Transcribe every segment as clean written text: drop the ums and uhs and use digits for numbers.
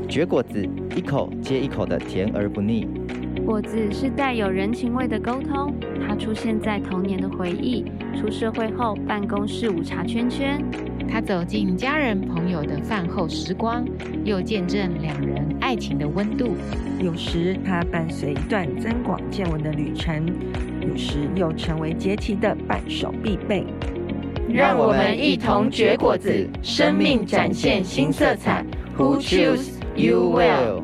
绝果子，一口接一口的甜而不腻。 果子是带有人情味的沟通，它出现在童年的回忆，出社会后办公室午茶圈圈， 它走进家人朋友的饭后时光，又见证两人爱情的温度。 有时它伴随一段增广见闻的旅程，有时又成为节气的伴手必备。 让我们一同绝果子，生命展现新色彩。Who choose you will？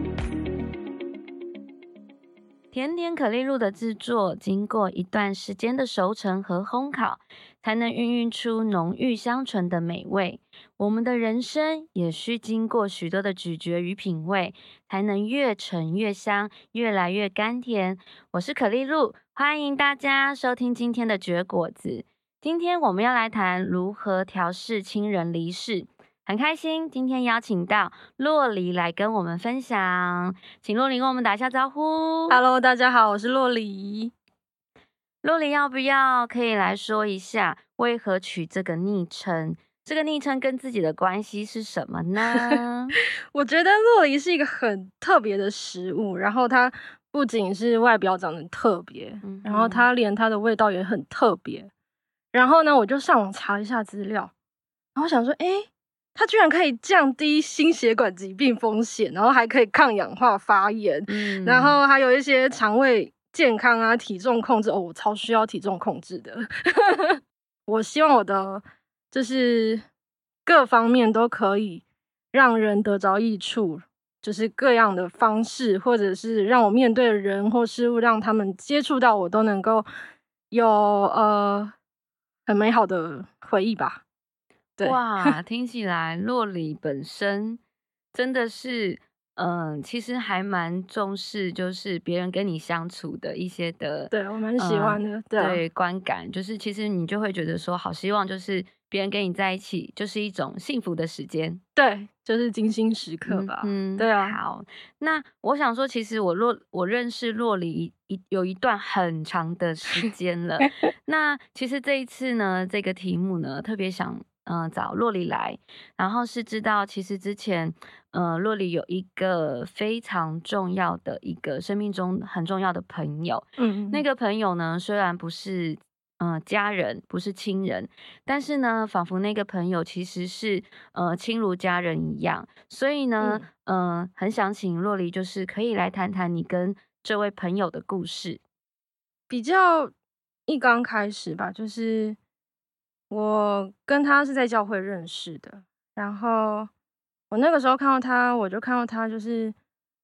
甜点可丽露的制作，经过一段时间的熟成和烘烤，才能孕育出浓郁香醇的美味。我们的人生也需经过许多的咀嚼与品味，才能越陈越香，越来越甘甜。我是可丽露，欢迎大家收听今天的绝果子。今天我们要来谈如何调适亲人离世。很开心，今天邀请到洛黎来跟我们分享，请洛黎跟我们打一下招呼。 Hello， 大家好，我是洛黎。 洛黎要不要可以来说一下为何取这个昵称？这个昵称跟自己的关系是什么呢？ 我觉得洛黎是一个很特别的食物，然后它不仅是外表长得特别，然后它连它的味道也很特别。然后呢，我就上网查一下资料，然后想说，它居然可以降低心血管疾病风险，然后还可以抗氧化发炎，然后还有一些肠胃健康啊、体重控制。我超需要体重控制的。我希望我的就是各方面都可以让人得着益处，就是各样的方式，或者是让我面对的人或事物，让他们接触到我都能够有很美好的回忆吧。 哇，听起来洛黎本身真的是，其实还蛮重视，就是别人跟你相处的一些的， 对我蛮喜欢的， 对观感，就是其实你就会觉得说，好希望就是别人跟你在一起，就是一种幸福的时间， 对，就是精心时刻吧，对啊。 好，那我想说，其实我认识洛黎有一段很长的时间了，那其实这一次呢，这个题目呢，特别想。找洛黎来，然后是知道其实之前，洛黎有一个非常重要的一个生命中很重要的朋友，那个朋友呢虽然不是家人，不是亲人，但是呢，仿佛那个朋友其实是亲如家人一样，所以呢，很想请洛黎就是可以来谈谈你跟这位朋友的故事。 比较一刚开始吧，就是我跟他是在教会认识的，然后我那个时候看到他，我就看到他就是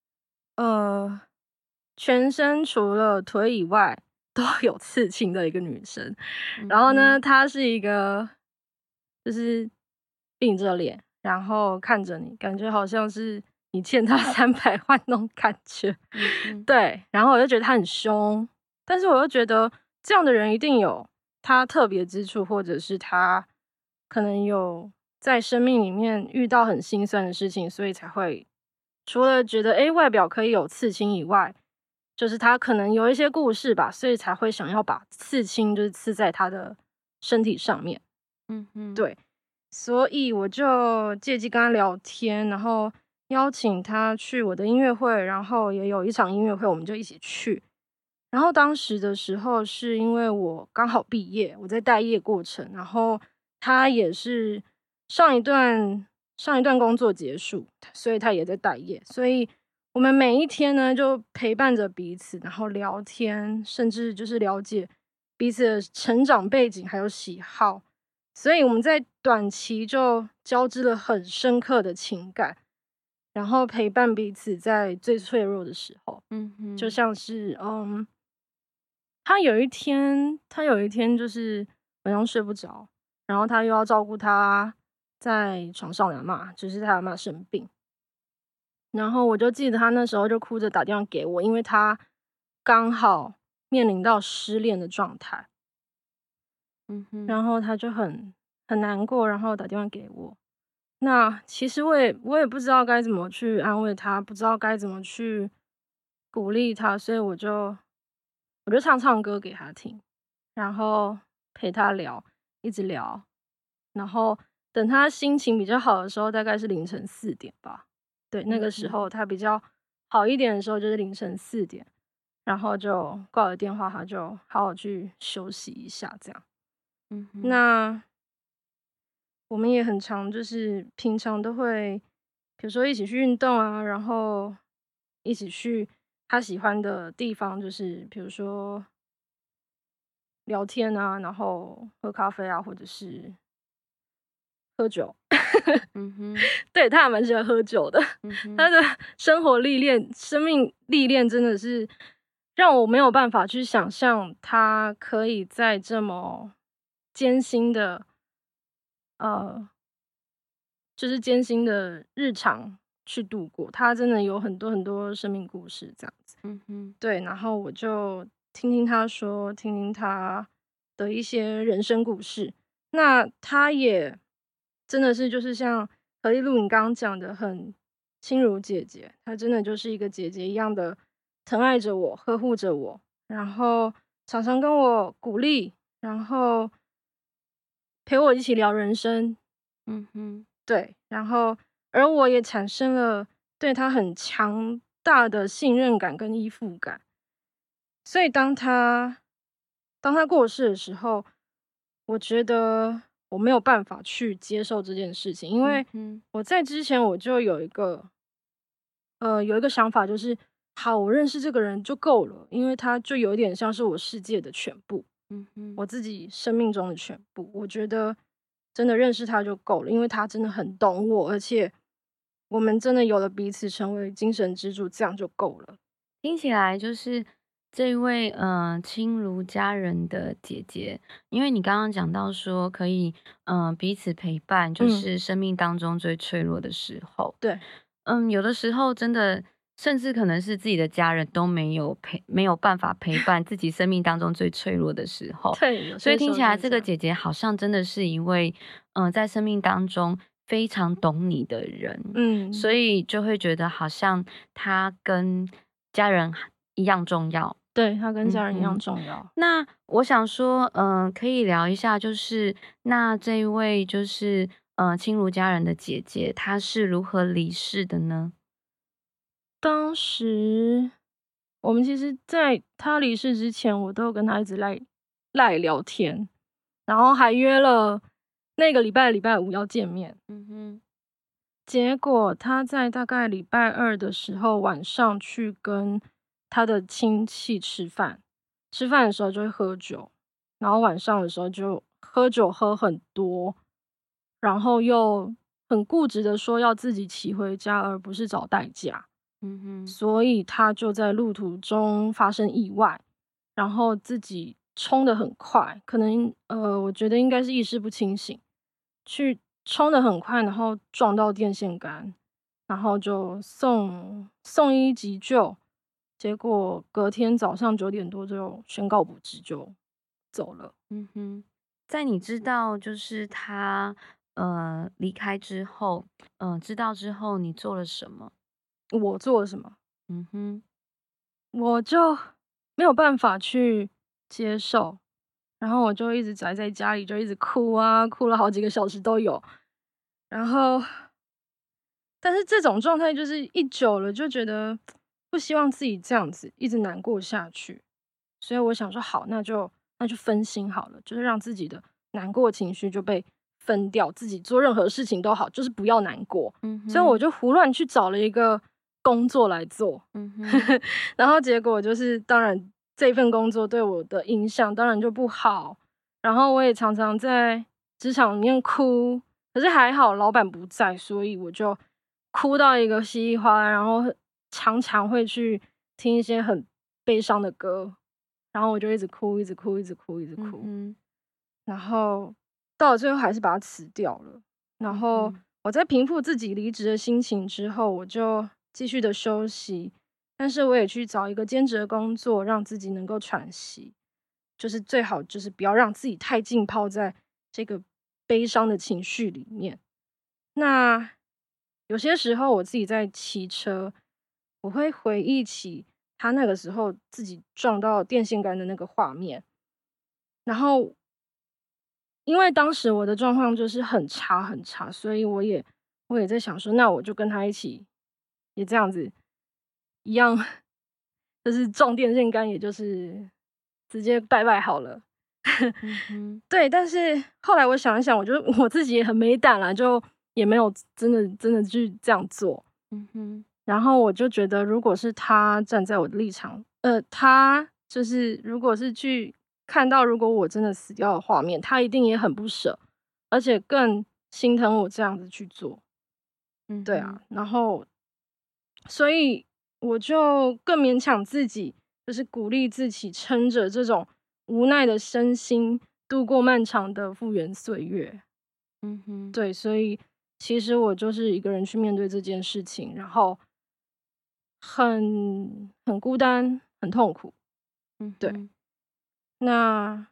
全身除了腿以外都有刺青的一个女生，然后呢，她是一个就是并着脸，然后看着你，感觉好像是你欠她300万那种感觉，对，然后我就觉得她很凶，但是我又觉得这样的人一定有他特别之处，或者是他可能有在生命里面遇到很心酸的事情，所以才会除了觉得外表可以有刺青以外，就是他可能有一些故事吧，所以才会想要把刺青就是刺在他的身体上面。对，所以我就借机跟他聊天，然后邀请他去我的音乐会，然后也有一场音乐会，我们就一起去。然后当时的时候是因为我刚好毕业，我在待业过程，然后他也是上一段工作结束，所以他也在待业，所以我们每一天呢就陪伴着彼此，然后聊天，甚至就是了解彼此的成长背景还有喜好，所以我们在短期就交织了很深刻的情感，然后陪伴彼此在最脆弱的时候，就像是他有一天就是晚上睡不着，然后他又要照顾他在床上的阿嬷，就是他阿嬷生病，然后我就记得他那时候就哭着打电话给我，因为他刚好面临到失恋的状态，然后他就很难过，然后打电话给我。那其实我也不知道该怎么去安慰他，不知道该怎么去鼓励他，所以我就唱歌给他听，然后陪他聊，一直聊，然后等他心情比较好的时候，大概是凌晨4点吧， 对，那个时候他比较好一点的时候就是凌晨4点，然后就挂了电话，他就好好去休息一下这样。那我们也很常就是平常都会比如说一起去运动啊，然后一起去他喜欢的地方，就是比如说聊天啊，然后喝咖啡啊，或者是喝酒。对，他还蛮喜欢喝酒的。他的生活历练、生命历练真的是让我没有办法去想象他可以在这么艰辛的就是艰辛的日常去度过。他真的有很多很多生命故事这样子。对，然后我就听听他说，听听他的一些人生故事。那他也真的是就是像何丽露你刚刚讲的，很亲如姐姐，她真的就是一个姐姐一样的疼爱着我，呵护着我，然后常常跟我鼓励，然后陪我一起聊人生。对，然后而我也产生了对他很强大的信任感跟依附感。所以当他过世的时候，我觉得我没有办法去接受这件事情，因为我在之前我就有一个想法，就是好，我认识这个人就够了，因为他就有点像是我世界的全部，我自己生命中的全部。我觉得真的认识他就够了，因为他真的很懂我，而且我们真的有了彼此成为精神支柱，这样就够了。 听起来就是这位亲如家人的姐姐，因为你刚刚讲到说可以彼此陪伴，就是生命当中最脆弱的时候。 对， 有的时候真的甚至可能是自己的家人都没有办法陪伴自己生命当中最脆弱的时候。 对， 所以听起来这个姐姐好像真的是一位在生命当中非常懂你的人。所以就会觉得好像她跟家人一样重要。 对，他跟家人一样重要。 那我想说可以聊一下，就是那这一位就是亲如家人的姐姐，她是如何离世的呢？ 当时我们其实在她离世之前，我都有跟她一直赖聊天，然后还约了那个礼拜5要见面。结果她在大概礼拜2的时候晚上去跟他的亲戚吃饭的时候就会喝酒，然后晚上的时候就喝酒喝很多，然后又很固执的说要自己骑回家，而不是找代驾。所以他就在路途中发生意外，然后自己冲得很快，可能我觉得应该是意识不清醒，去冲得很快，然后撞到电线杆，然后就送医急救。结果隔天早上9点多就宣告不治，就走了。 在你知道就是他离开之后，知道之后你做了什么？ 我做了什么？我就没有办法去接受，然后我就一直宅在家里，就一直哭啊，哭了好几个小时都有。然后，但是这种状态就是一久了，就觉得不希望自己这样子一直难过下去，所以我想说好，那就分心好了，就是让自己的难过情绪就被分掉，自己做任何事情都好，就是不要难过。所以我就胡乱去找了一个工作来做。然后结果就是当然这份工作对我的影响当然就不好，然后我也常常在职场里面哭，可是还好老板不在，所以我就哭到一个稀里哗啦，然后常常会去听一些很悲伤的歌，然后我就一直哭，一直哭，一直哭，一直哭。然后到了最后还是把它辞掉了。然后我在平复自己离职的心情之后，我就继续的休息，但是我也去找一个兼职的工作，让自己能够喘息，就是最好就是不要让自己太浸泡在这个悲伤的情绪里面。那有些时候我自己在骑车，我会回忆起他那个时候自己撞到电线杆的那个画面，然后因为当时我的状况就是很差很差，所以我也在想说，那我就跟他一起也这样子一样，就是撞电线杆，也就是直接拜拜好了。对，但是后来我想一想，我觉得我自己也很没胆啦，就也没有真的去这样做。然后我就觉得，如果是他站在我的立场，他就是如果是去看到如果我真的死掉的画面，他一定也很不舍，而且更心疼我这样子去做。对啊，然后所以我就更勉强自己，就是鼓励自己撑着这种无奈的身心度过漫长的复原岁月。对，所以其实我就是一个人去面对这件事情，然后很孤单，很痛苦。对，那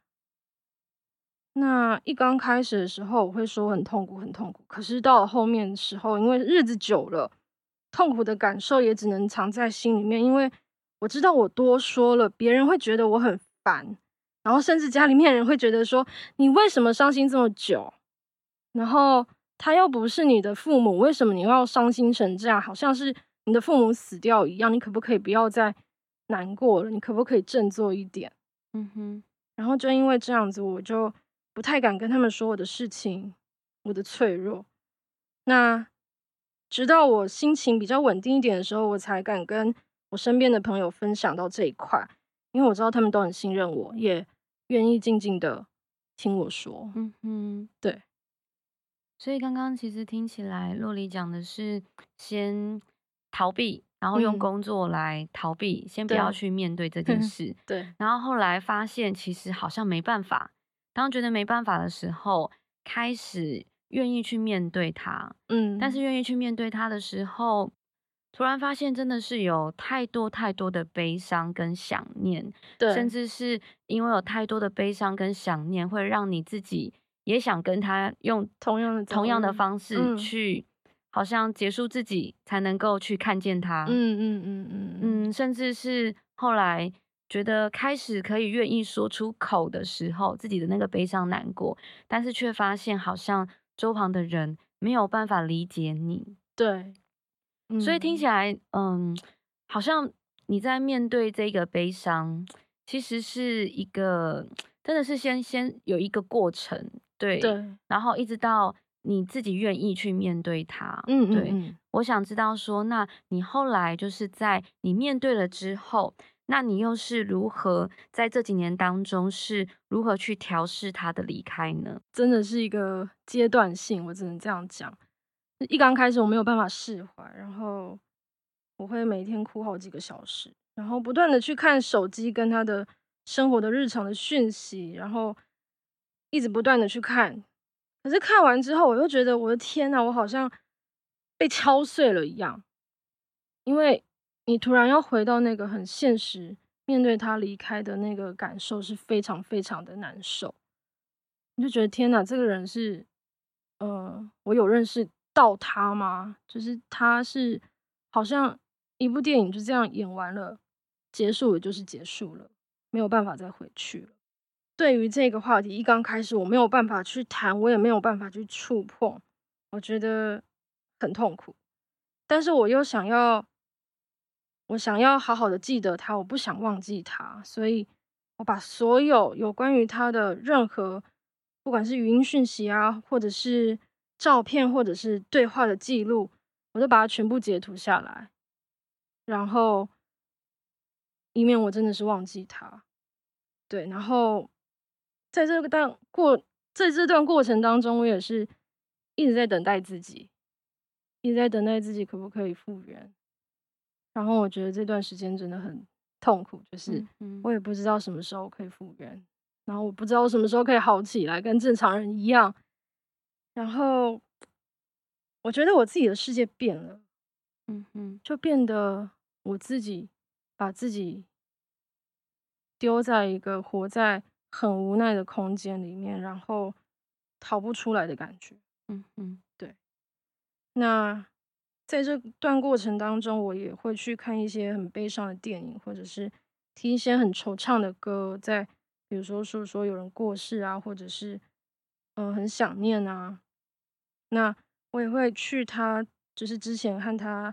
一刚开始的时候，我会说很痛苦，很痛苦。可是到了后面的时候，因为日子久了，痛苦的感受也只能藏在心里面，因为我知道我多说了，别人会觉得我很烦，然后甚至家里面人会觉得说你为什么伤心这么久？然后他又不是你的父母，为什么你要伤心成这样？好像是你的父母死掉一样，你可不可以不要再难过了？你可不可以振作一点？然后就因为这样子，我就不太敢跟他们说我的事情，我的脆弱。那直到我心情比较稳定一点的时候，我才敢跟我身边的朋友分享到这一块，因为我知道他们都很信任我，也愿意静静的听我说。对。 所以刚刚其实听起来，洛黎讲的是先逃避，然后用工作来逃避，先不要去面对这件事。 对。 然后后来发现其实好像没办法，当觉得没办法的时候，开始愿意去面对它。但是愿意去面对它的时候，突然发现真的是有太多太多的悲伤跟想念，甚至是因为有太多的悲伤跟想念，会让你自己也想跟他用同样的方式去，好像结束自己，才能够去看见他。甚至是后来觉得开始可以愿意说出口的时候，自己的那个悲伤难过，但是却发现好像周旁的人没有办法理解你。 对。 所以听起来，好像你在面对这个悲伤，其实是一个真的是先有一个过程。对，然后一直到你自己愿意去面对它。对，我想知道说，那你后来就是在你面对了之后，那你又是如何在这几年当中是如何去调试它的离开呢？ 真的是一个阶段性，我只能这样讲。一刚开始我没有办法释怀，然后我会每天哭好几个小时，然后不断的去看手机跟他的生活的日常的讯息，然后一直不断的去看。可是看完之后，我又觉得我的天哪，我好像被敲碎了一样。因为你突然要回到那个很现实，面对他离开的那个感受是非常非常的难受。你就觉得天哪，这个人是我有认识到他吗？就是他是好像一部电影就这样演完了，结束了就是结束了，没有办法再回去了。对于这个话题，一刚开始我没有办法去谈，我也没有办法去触碰，我觉得很痛苦。但是我又想要好好的记得他，我不想忘记他，所以我把所有有关于他的任何，不管是语音讯息啊，或者是照片，或者是对话的记录，我都把它全部截图下来，然后以免我真的是忘记他。对，然后在这段过程当中，我也是一直在等待自己，一直在等待自己可不可以复原。然后我觉得这段时间真的很痛苦，就是我也不知道什么时候可以复原，然后我不知道什么时候可以好起来，跟正常人一样。然后我觉得我自己的世界变了，就变得我自己把自己丢在一个活在很无奈的空间里面，然后逃不出来的感觉。对。那在这段过程当中，我也会去看一些很悲伤的电影，或者是听一些很惆怅的歌，在比如说有人过世啊，或者是很想念啊。那我也会去他就是之前和他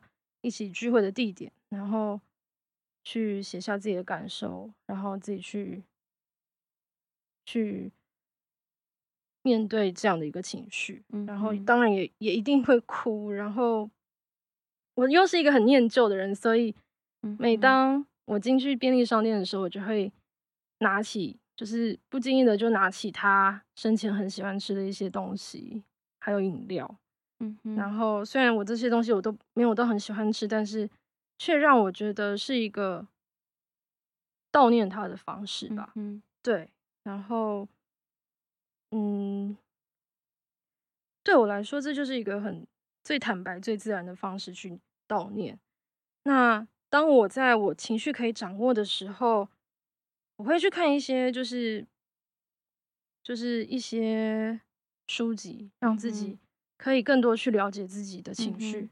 一起聚会的地点，然后去写下自己的感受，然后自己去面对这样的一个情绪，然后当然也一定会哭。然后我又是一个很念旧的人，所以每当我进去便利商店的时候，我就会拿起，就是不经意的就拿起他生前很喜欢吃的一些东西，还有饮料。然后虽然我这些东西我都没有都很喜欢吃，但是却让我觉得是一个悼念他的方式吧。对，然后对我来说，这就是一个最坦白、最自然的方式去悼念。那当我在我情绪可以掌握的时候，我会去看一些就是一些书籍，让自己可以更多去了解自己的情绪。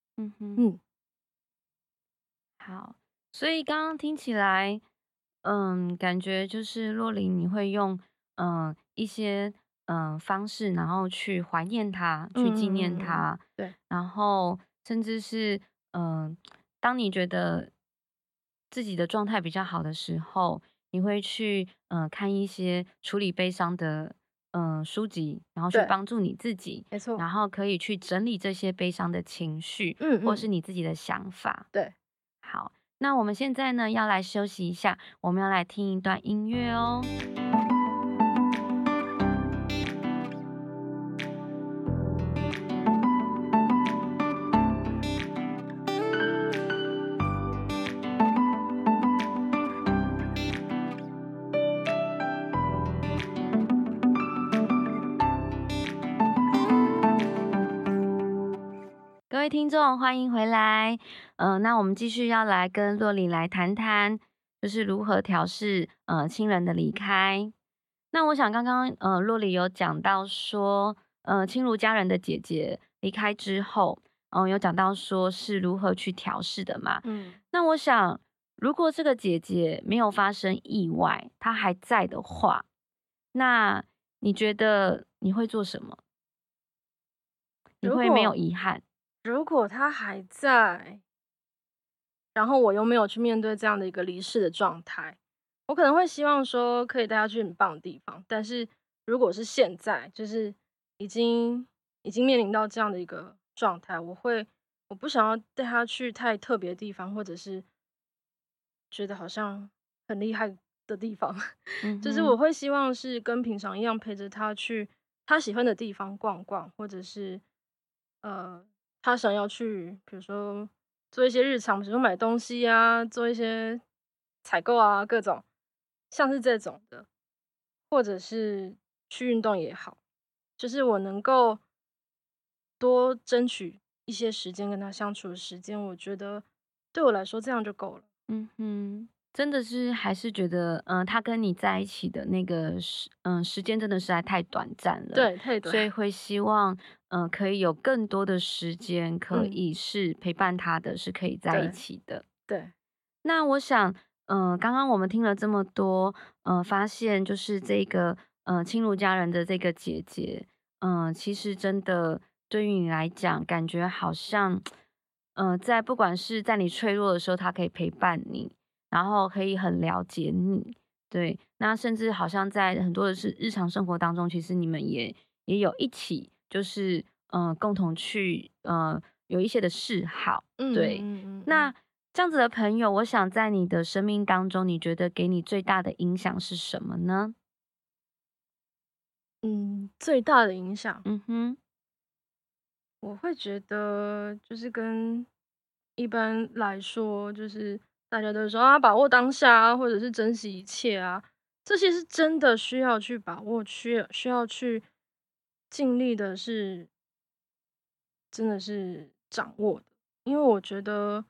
好，所以刚刚听起来，感觉就是洛琳你会用一些方式，然后去怀念他，去纪念他， 对， 然后甚至是当你觉得自己的状态比较好的时候，你会去看一些处理悲伤的书籍，然后去对帮助你自己， 没错。 然后可以去整理这些悲伤的情绪，或是你自己的想法。 对， 好，那我们现在呢要来休息一下，我们要来听一段音乐哦。各位听众，欢迎回来。那我们继续要来跟洛琳来谈谈，就是如何调试亲人的离开。那我想刚刚洛琳有讲到说，亲如家人的姐姐离开之后，有讲到说是如何去调试的嘛。那我想，如果这个姐姐没有发生意外，她还在的话，那你觉得你会做什么？你会没有遗憾？ 如果他还在，然后我又没有去面对这样的一个离世的状态，我可能会希望说可以带他去很棒的地方。但是如果是现在，就是已经面临到这样的一个状态，我不想要带他去太特别的地方，或者是觉得好像很厉害的地方。就是我会希望是跟平常一样，陪着他去他喜欢的地方逛逛，或者是他想要去，比如说做一些日常，比如说买东西啊，做一些采购啊，各种像是这种的，或者是去运动也好，就是我能够多争取一些时间跟他相处的时间，我觉得对我来说这样就够了。 真的是还是觉得，他跟你在一起的那个时间真的实在太短暂了， 对，太短， 所以会希望，可以有更多的时间可以是陪伴他的，是可以在一起的。 对。 那我想，刚刚我们听了这么多，发现就是这个，亲如家人的这个姐姐，其实真的对于你来讲，感觉好像，在不管是在你脆弱的时候，她可以陪伴你。然后可以很了解你，对，那甚至好像在很多的是日常生活当中，其实你们也有一起，就是共同去有一些的嗜好，对，那这样子的朋友，我想在你的生命当中，你觉得给你最大的影响是什么呢？ 最大的影响， 我会觉得就是跟一般来说，就是大家都说啊，把握当下啊，或者是珍惜一切啊，这些是真的需要去把握，需要去尽力的是，真的是掌握的。因为我觉得，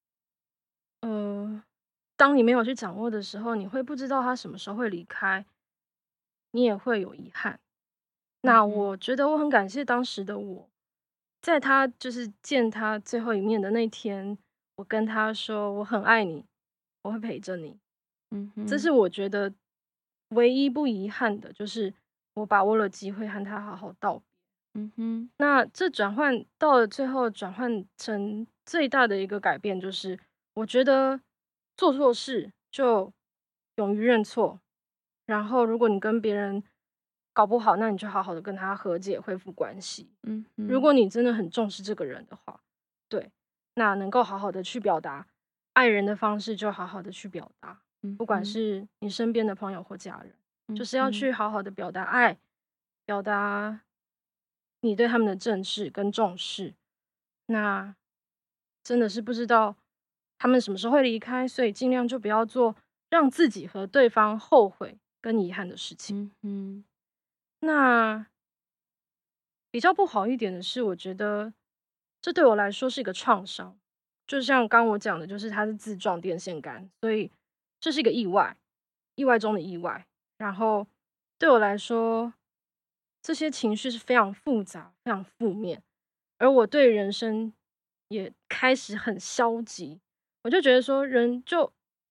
当你没有去掌握的时候，你会不知道他什么时候会离开，你也会有遗憾。那我觉得我很感谢当时的我，在他就是见他最后一面的那天，我跟他说我很爱你，我会陪着你。这是我觉得唯一不遗憾的，就是我把握了机会和他好好道别。 那这转换到了最后，转换成最大的一个改变，就是我觉得做错事就勇于认错，然后如果你跟别人搞不好，那你就好好的跟他和解，恢复关系。如果你真的很重视这个人的话，对，那能够好好的去表达爱人的方式，就好好的去表达，不管是你身边的朋友或家人，就是要去好好的表达爱，表达你对他们的正视跟重视。那真的是不知道他们什么时候会离开，所以尽量就不要做让自己和对方后悔跟遗憾的事情。那比较不好一点的是，我觉得这对我来说是一个创伤，就像刚我讲的，就是它是自撞电线杆，所以这是一个意外，意外中的意外。然后对我来说，这些情绪是非常复杂、非常负面，而我对人生也开始很消极。我就觉得说，人就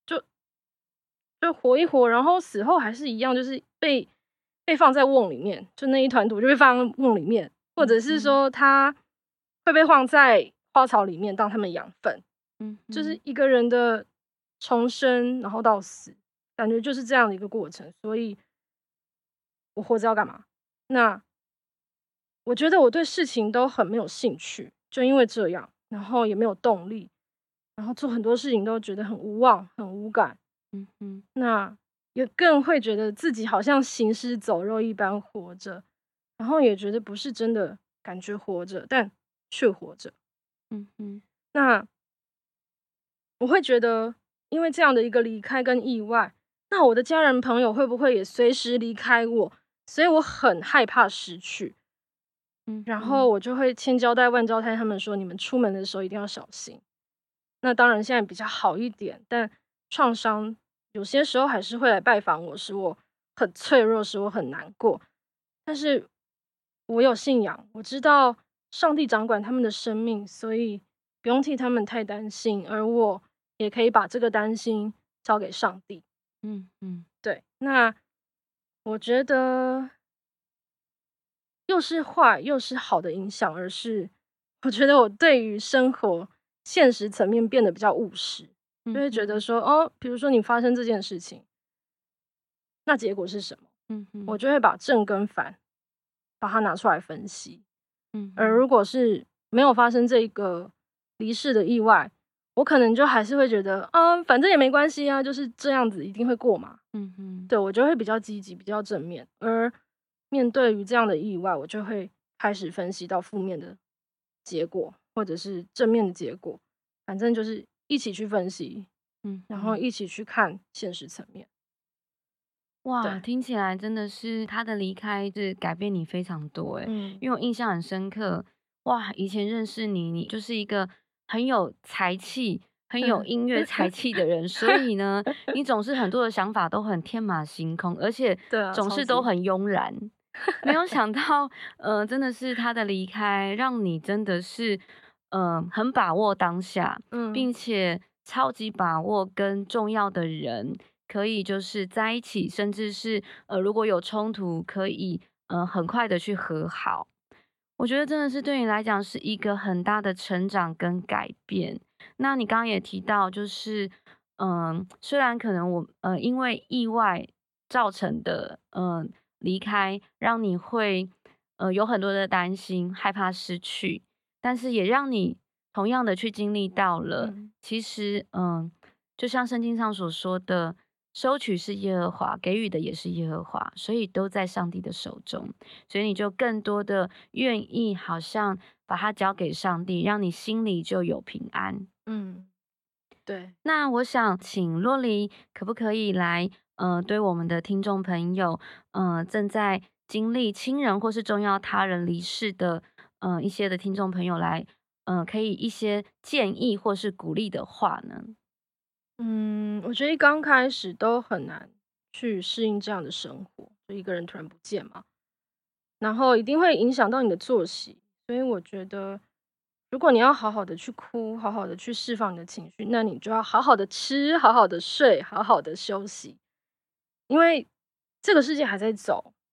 活一活，然后死后还是一样，就是被放在瓮里面，就那一团土就被放在瓮里面，或者是说它会被放在花草里面当他们养分。就是一个人的重生，然后到死，感觉就是这样的一个过程。所以我活着要干嘛？那我觉得我对事情都很没有兴趣，就因为这样，然后也没有动力，然后做很多事情都觉得很无望、很无感。那也更会觉得自己好像行尸走肉一般活着，然后也觉得不是真的感觉活着，但却活着。那我会觉得，因为这样的一个离开跟意外，那我的家人朋友会不会也随时离开我？所以我很害怕失去。然后我就会千交代万交代他们说，你们出门的时候一定要小心。那当然现在比较好一点，但创伤有些时候还是会来拜访我，使我很脆弱，使我很难过。但是我有信仰，我知道上帝掌管他们的生命，所以不用替他们太担心，而我也可以把这个担心交给上帝。对。那我觉得又是坏又是好的影响，而是我觉得我对于生活现实层面变得比较务实，就会觉得说，比如说你发生这件事情，那结果是什么？我就会把正跟反把它拿出来分析。而如果是没有发生这个离世的意外，我可能就还是会觉得，反正也没关系啊，就是这样子一定会过嘛。对，我就会比较积极，比较正面。而面对于这样的意外，我就会开始分析到负面的结果，或者是正面的结果，反正就是一起去分析，然后一起去看现实层面。 哇，听起来真的是他的离开是改变你非常多因为我印象很深刻。哇，以前认识你，你就是一个很有才气、很有音乐才气的人，所以呢，你总是很多的想法都很天马行空，而且总是都很慵懒。没有想到，真的是他的离开，让你真的是，很把握当下，并且超级把握跟重要的人可以就是在一起，甚至是如果有冲突，可以很快的去和好。我觉得真的是对你来讲是一个很大的成长跟改变。那你刚刚也提到，就是虽然可能我因为意外造成的离开，让你会有很多的担心，害怕失去，但是也让你同样的去经历到了，其实就像圣经上所说的，收取是耶和华，给予的也是耶和华，所以都在上帝的手中，所以你就更多的愿意好像把它交给上帝，让你心里就有平安。 对。 那我想请洛黎可不可以来对我们的听众朋友正在经历亲人或是重要他人离世的一些的听众朋友来可以一些建议或是鼓励的话呢？ 我觉得刚开始都很难去适应这样的生活，就一个人突然不见嘛，然后一定会影响到你的作息。所以我觉得，如果你要好好的去哭，好好的去释放你的情绪，那你就要好好的吃，好好的睡，好好的休息。因为这个世界还在走，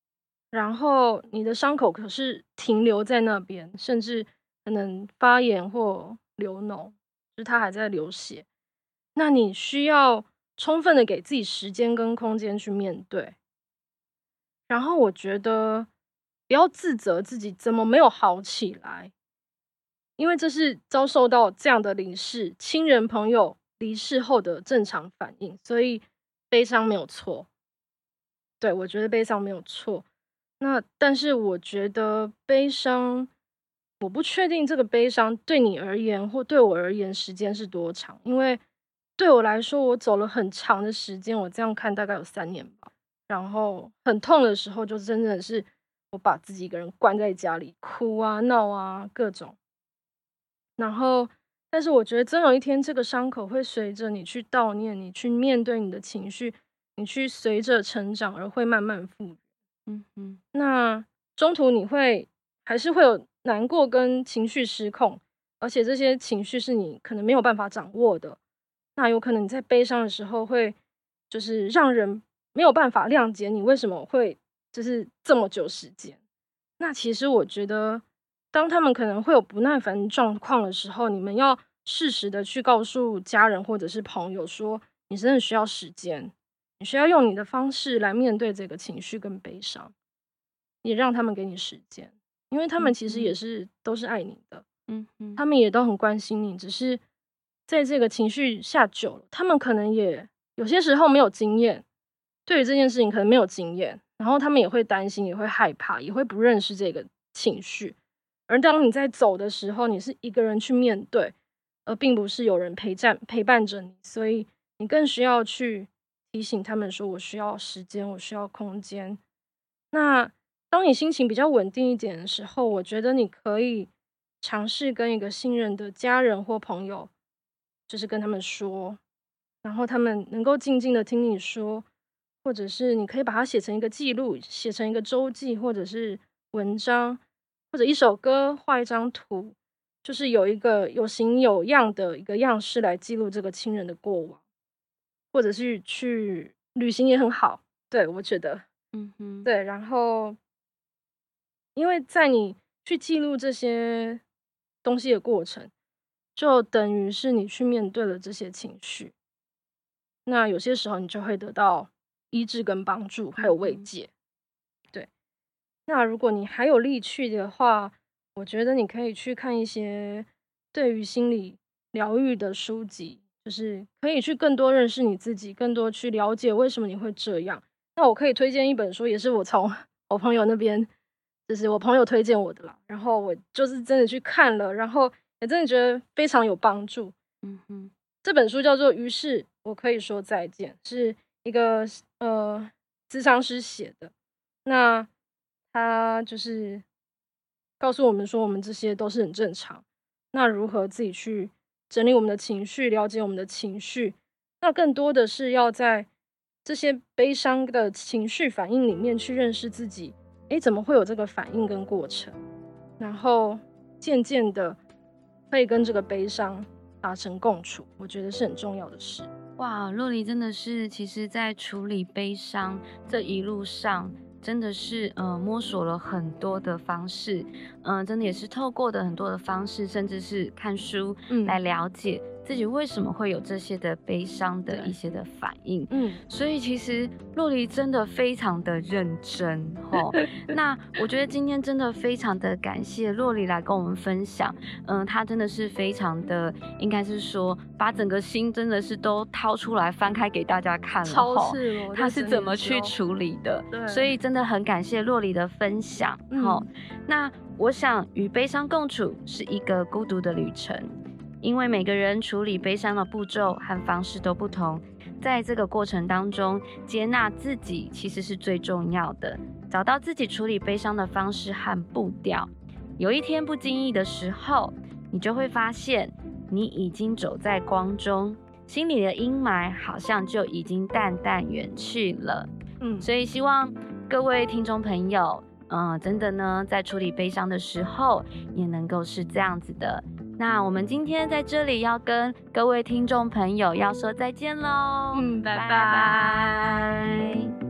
然后你的伤口可是停留在那边，甚至可能发炎或流脓，就是它还在流血。那你需要充分的给自己时间跟空间去面对。然后我觉得不要自责自己怎么没有好起来，因为这是遭受到这样的离世，亲人朋友离世后的正常反应，所以悲伤没有错。对，我觉得悲伤没有错。那但是我觉得悲伤，我不确定这个悲伤对你而言或对我而言时间是多长，因为对我来说，我走了很长的时间，我这样看大概有3年吧。然后很痛的时候，就真的是我把自己一个人关在家里，哭啊、闹啊，各种。然后，但是我觉得总有一天，这个伤口会随着你去悼念，你去面对你的情绪，你去随着成长而会慢慢复原。那中途你还是会有难过跟情绪失控，而且这些情绪是你可能没有办法掌握的。那有可能你在悲伤的时候会就是让人没有办法谅解你为什么会就是这么久时间。那其实我觉得当他们可能会有不耐烦状况的时候，你们要适时的去告诉家人或者是朋友说你真的需要时间，你需要用你的方式来面对这个情绪跟悲伤，也让他们给你时间，因为他们其实也都是爱你的，他们也都很关心你，只是在这个情绪下久了，他们可能也有些时候没有经验，对于这件事情可能没有经验，然后他们也会担心，也会害怕，也会不认识这个情绪。而当你在走的时候，你是一个人去面对，而并不是有人陪伴着你，所以你更需要去提醒他们说我需要时间，我需要空间。那当你心情比较稳定一点的时候，我觉得你可以尝试跟一个信任的家人或朋友，就是跟他们说，然后他们能够静静的听你说，或者是你可以把它写成一个记录，写成一个周记，或者是文章，或者一首歌，画一张图，就是有一个有形有样的一个样式来记录这个亲人的过往，或者是去旅行也很好。对，我觉得对。然后因为在你去记录这些东西的过程，就等于是你去面对了这些情绪，那有些时候你就会得到医治跟帮助，还有慰藉。对，那如果你还有力气的话，我觉得你可以去看一些对于心理疗愈的书籍，就是可以去更多认识你自己，更多去了解为什么你会这样。那我可以推荐一本书，也是我从我朋友那边，就是我朋友推荐我的啦，然后我就是真的去看了，然后也真的觉得非常有帮助。这本书叫做《于是我可以说再见》，是一个咨商师写的。那他就是告诉我们说，我们这些都是很正常。那如何自己去整理我们的情绪，了解我们的情绪？那更多的是要在这些悲伤的情绪反应里面去认识自己，怎么会有这个反应跟过程？然后渐渐的可以跟这个悲伤达成共处，我觉得是很重要的事。 哇，洛黎真的是，其实在处理悲伤这一路上，真的是摸索了很多的方式，真的也是透过的很多的方式，甚至是看书来了解自己为什么会有这些的悲伤的一些的反应。所以其实洛黎真的非常的认真那我觉得今天真的非常的感谢洛黎来跟我们分享，他真的是非常的，应该是说把整个心真的是都掏出来翻开给大家看了， 超赤裸， 他是怎么去处理的。所以真的很感谢洛黎的分享。那我想与悲伤共处是一个孤独的旅程，因为每个人处理悲伤的步骤和方式都不同，在这个过程当中，接纳自己其实是最重要的，找到自己处理悲伤的方式和步调。有一天不经意的时候，你就会发现你已经走在光中，心里的阴霾好像就已经淡淡远去了。所以希望各位听众朋友，真的呢，在处理悲伤的时候，也能够是这样子的。那我们今天在这里要跟各位听众朋友要说再见喽， 拜拜。